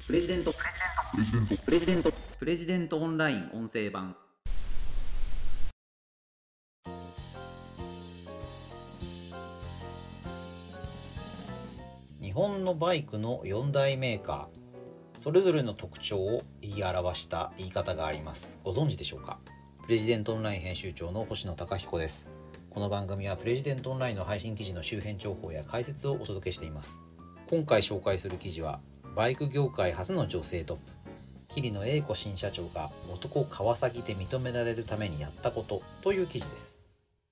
プレジデントオンライン音声版。日本のバイクの4大メーカー、それぞれの特徴を言い表した言い方があります。ご存知でしょうか？プレジデントオンライン編集長の星野貴彦です。この番組はプレジデントオンラインの配信記事の周辺情報や解説をお届けしています。今回紹介する記事は、バイク業界初の女性トップ、桐野英子新社長が男川崎で認められるためにやったことという記事です。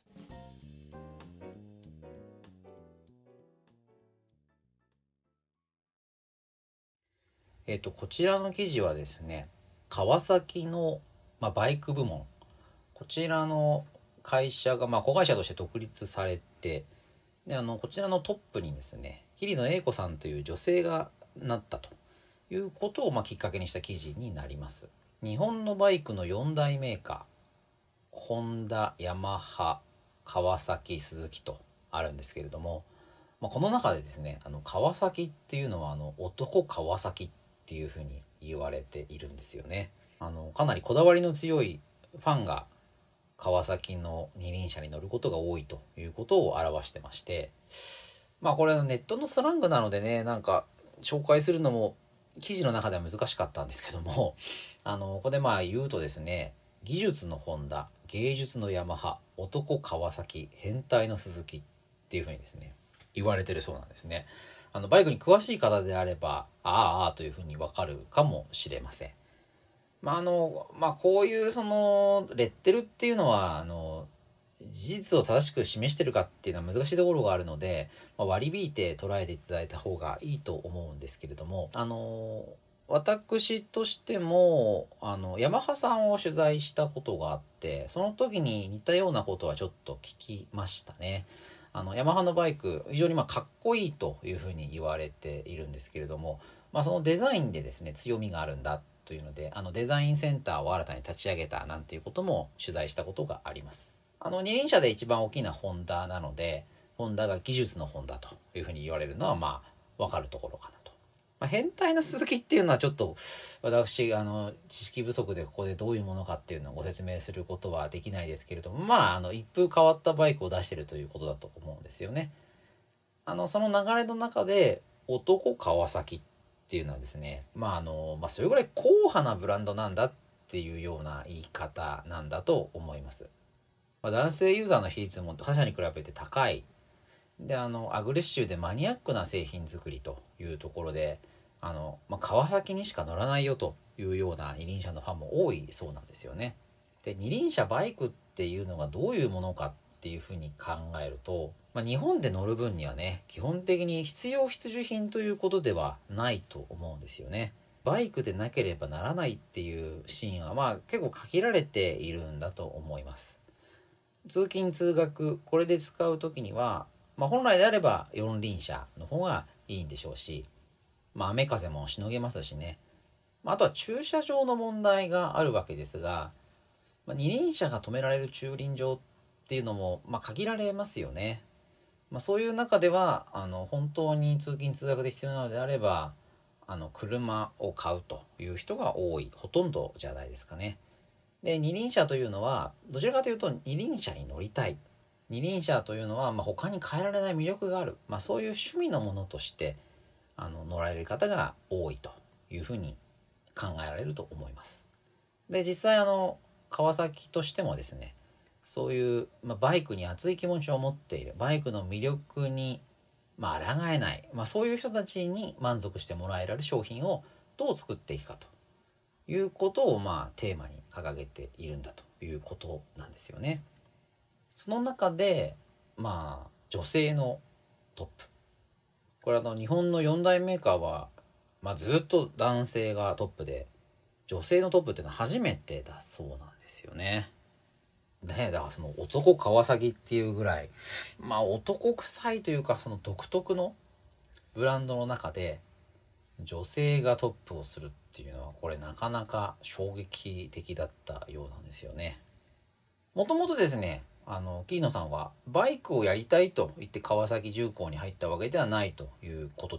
こちらの記事はですね、川崎の、バイク部門、こちらの会社が、子会社として独立されて、でこちらのトップにですね、桐野英子さんという女性がなったということを、きっかけにした記事になります。日本のバイクの4大メーカー、ホンダ、ヤマハ、川崎、スズキとあるんですけれども、この中でですね、川崎っていうのは男川崎っていうふうに言われているんですよね。かなりこだわりの強いファンが川崎の二輪車に乗ることが多いということを表してまして、これはネットのスラングなのでね、紹介するのも記事の中では難しかったんですけども、ここで言うとですね、技術のホンダ、芸術のヤマハ、男川崎、変態のスズキっていうふうにですね、言われてるそうなんですね。バイクに詳しい方であれば、ああというふうにわかるかもしれません。こういうレッテルっていうのは、事実を正しく示してるかっていうのは難しいところがあるので、割り引いて捉えていただいた方がいいと思うんですけれども、私としてもヤマハさんを取材したことがあって、その時に似たようなことはちょっと聞きましたね。ヤマハのバイク非常にかっこいいというふうに言われているんですけれども、そのデザインでですね、強みがあるんだというので、デザインセンターを新たに立ち上げたなんていうことも取材したことがあります。二輪車で一番大きなホンダなので、ホンダが技術のホンダというふうに言われるのはわかるところかなと。変態のスズキっていうのはちょっと私知識不足でここでどういうものかっていうのをご説明することはできないですけれども、一風変わったバイクを出してるということだと思うんですよね。その流れの中で男川崎っていうのはですね、それぐらい硬派なブランドなんだっていうような言い方なんだと思います。男性ユーザーの比率も他社に比べて高い。でアグレッシブでマニアックな製品作りというところで、川崎にしか乗らないよというような二輪車のファンも多いそうなんですよね。で二輪車バイクっていうのがどういうものかっていうふうに考えると、日本で乗る分にはね、基本的に必要必需品ということではないと思うんですよね。バイクでなければならないっていうシーンは結構限られているんだと思います。通勤通学これで使う時には、本来であれば四輪車の方がいいんでしょうし、雨風もしのげますしね。あとは駐車場の問題があるわけですが、二輪車が止められる駐輪場っていうのも限られますよね。そういう中では本当に通勤通学で必要なのであれば車を買うという人が多い、ほとんどじゃないですかね。で二輪車というのはどちらかというと二輪車に乗りたい、二輪車というのは他に変えられない魅力がある、そういう趣味のものとして乗られる方が多いというふうに考えられると思います。で実際川崎としてもですね、そういう、バイクに熱い気持ちを持っている、バイクの魅力に抗えない、そういう人たちに満足してもらえる商品をどう作っていくかということをテーマに掲げているんだということなんですよね。その中で女性のトップ、これ日本の4大メーカーは、ずっと男性がトップで、女性のトップっていうのは初めてだそうなんですよね。だからその男川崎っていうぐらい、男臭いというか、その独特のブランドの中で女性がトップをするっていうのは、これなかなか衝撃的だったようなんですよね。もともとですね、桐野さんはバイクをやりたいと言って川崎重工に入ったわけではないということです。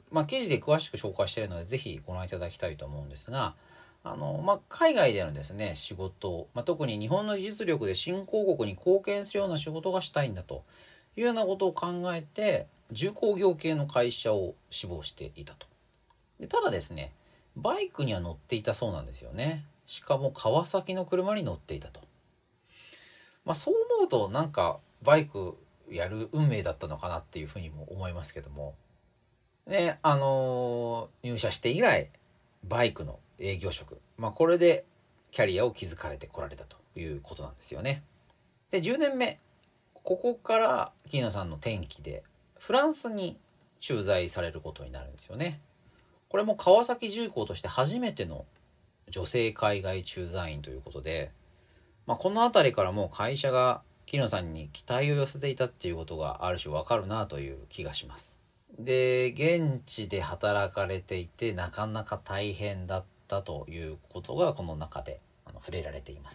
記事で詳しく紹介しているので、ぜひご覧いただきたいと思うんですが、海外でのですね、仕事、特に日本の技術力で新興国に貢献するような仕事がしたいんだというようなことを考えて、重工業系の会社を志望していたと。でただですね、バイクには乗っていたそうなんですよね。しかも川崎の車に乗っていたと。そう思うとなんかバイクやる運命だったのかなっていうふうにも思いますけども。ね、入社して以来、バイクの営業職。これでキャリアを築かれてこられたということなんですよね。で、10年目。ここから桐野さんの転機で、フランスに駐在されることになるんですよね。これも川崎重工として初めての女性海外駐在員ということで、この辺りからもう会社が桐野さんに期待を寄せていたっていうことがある種わかるなという気がします。で、現地で働かれていてなかなか大変だったということがこの中で触れられています。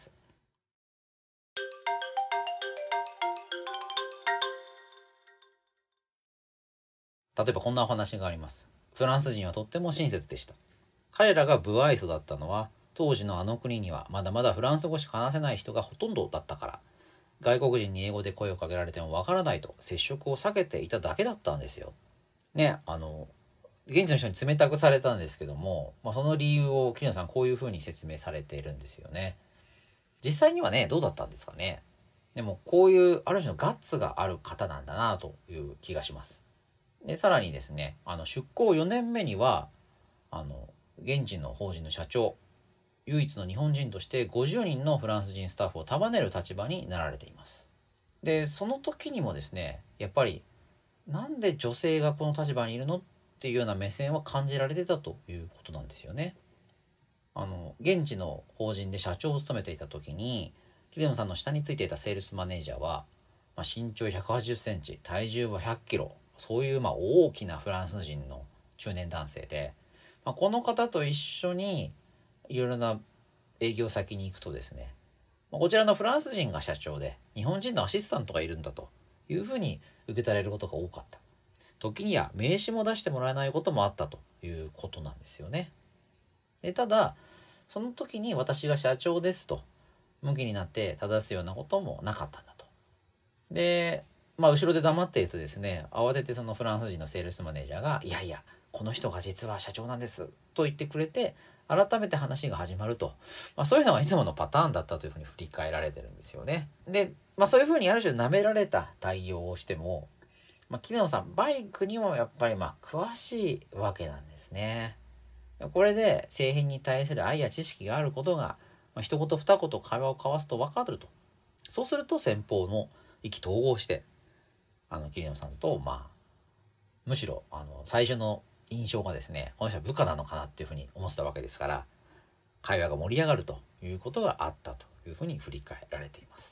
例えばこんなお話があります。フランス人はとっても親切でした。彼らが不愛想だったのは、当時のあの国にはまだまだフランス語しか話せない人がほとんどだったから、外国人に英語で声をかけられてもわからないと接触を避けていただけだったんですよ。ね、現地の人に冷たくされたんですけども、その理由を桐野さんこういうふうに説明されているんですよね。実際にはね、どうだったんですかね。でもこういうある種のガッツがある方なんだなという気がします。で、さらにですね、出向4年目には、現地の法人の社長、唯一の日本人として50人のフランス人スタッフを束ねる立場になられています。で、その時にもですね、やっぱり、なんで女性がこの立場にいるのっていうような目線は感じられてたということなんですよね。現地の法人で社長を務めていた時に、桐野さんの下についていたセールスマネージャーは、身長180センチ、体重は100キロ、そういう大きなフランス人の中年男性で、この方と一緒にいろいろな営業先に行くとですね、こちらのフランス人が社長で日本人のアシスタントがいるんだというふうに受け取られることが多かった。時には名刺も出してもらえないこともあったということなんですよね。で、ただその時に私が社長ですと向きになって正すようなこともなかったんだと。で、後ろで黙っているとですね、慌ててそのフランス人のセールスマネージャーが、いやいや、この人が実は社長なんですと言ってくれて、改めて話が始まると。そういうのがいつものパターンだったというふうに振り返られてるんですよね。で、そういうふうにある種舐められた対応をしても、桐野さん、バイクにもやっぱり詳しいわけなんですね。これで製品に対する愛や知識があることが、一言二言会話を交わすと分かると。そうすると先方も意気投合して、桐野さんと、むしろ、最初の印象がですね、この人は部下なのかなっていうふうに思ってたわけですから、会話が盛り上がるということがあったというふうに振り返られています。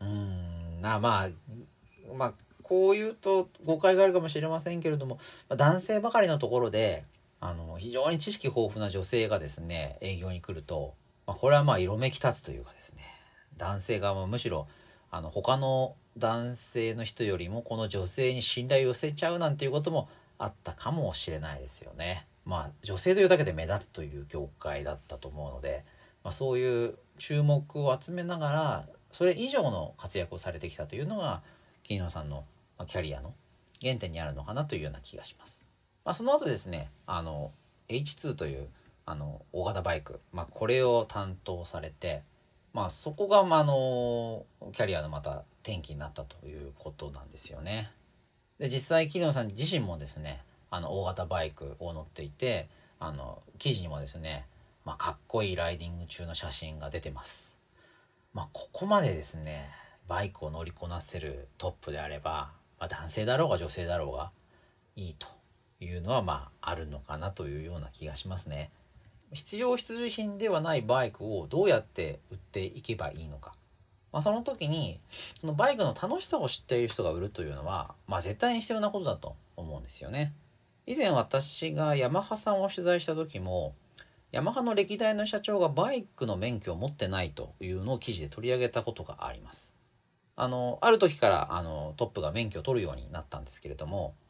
こう言うと誤解があるかもしれませんけれども、男性ばかりのところで、非常に知識豊富な女性がですね、営業に来ると、これは色めき立つというかですね、男性側もむしろ、他の男性の人よりもこの女性に信頼を寄せちゃうなんていうこともあったかもしれないですよね。女性というだけで目立つという業界だったと思うので、そういう注目を集めながらそれ以上の活躍をされてきたというのが桐野さんのキャリアの原点にあるのかなというような気がします。その後ですね、H2 という大型バイク、これを担当されて、そこが、キャリアのまた転機になったということなんですよね。で、実際桐野さん自身もですね、大型バイクを乗っていて、記事にもですね、かっこいいライディング中の写真が出てます。ここまでですね、バイクを乗りこなせるトップであれば、男性だろうが女性だろうがいいというのはあるのかなというような気がしますね。必要必需品ではないバイクをどうやって売っていけばいいのか。その時にそのバイクの楽しさを知っている人が売るというのは、絶対に必要なことだと思うんですよね。以前私がヤマハさんを取材した時も、ヤマハの歴代の社長がバイクの免許を持ってないというのを記事で取り上げたことがあります。ある時からトップが免許を取るようになったんですけれども、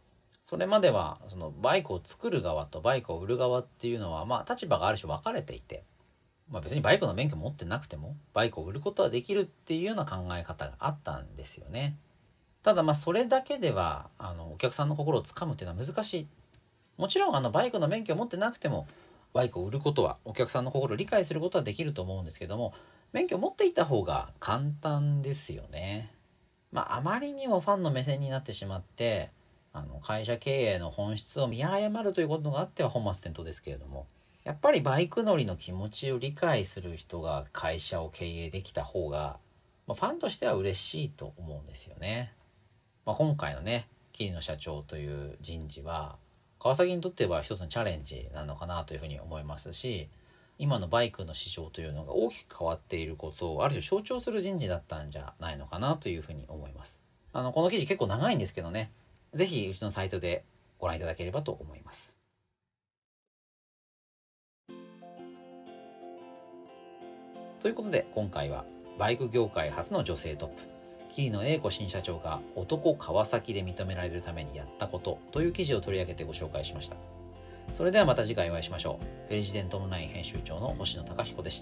それまではそのバイクを作る側とバイクを売る側っていうのは立場がある種分かれていて、別にバイクの免許持ってなくてもバイクを売ることはできるっていうような考え方があったんですよね。ただそれだけではお客さんの心をつかむっていうのは難しい。もちろんバイクの免許を持ってなくてもバイクを売ることは、お客さんの心を理解することはできると思うんですけども、免許を持っていた方が簡単ですよね。あまりにもファンの目線になってしまって会社経営の本質を見誤るということがあっては本末転倒ですけれども、やっぱりバイク乗りの気持ちを理解する人が会社を経営できた方が、ファンとしては嬉しいと思うんですよね。今回のね桐野社長という人事は川崎にとっては一つのチャレンジなのかなというふうに思いますし、今のバイクの市場というのが大きく変わっていることをある種象徴する人事だったんじゃないのかなというふうに思います。この記事結構長いんですけどね、ぜひうちのサイトでご覧いただければと思います。ということで今回はバイク業界初の女性トップ桐野英子新社長が男川崎で認められるためにやったことという記事を取り上げてご紹介しました。それではまた次回お会いしましょう。ペレジデントオンライン編集長の星野貴彦でした。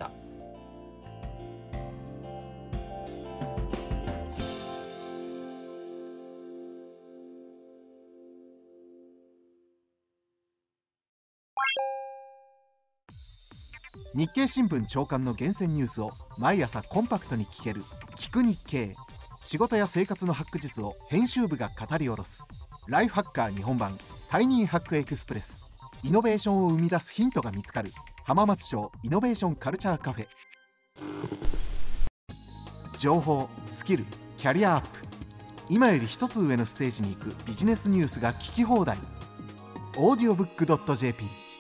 日経新聞朝刊の厳選ニュースを毎朝コンパクトに聞ける聞く日経。仕事や生活のハック術を編集部が語り下ろすライフハッカー日本版タイニーハックエクスプレス。イノベーションを生み出すヒントが見つかる浜松町イノベーションカルチャーカフェ。情報、スキル、キャリアアップ、今より一つ上のステージに行くビジネスニュースが聞き放題。audiobook.jp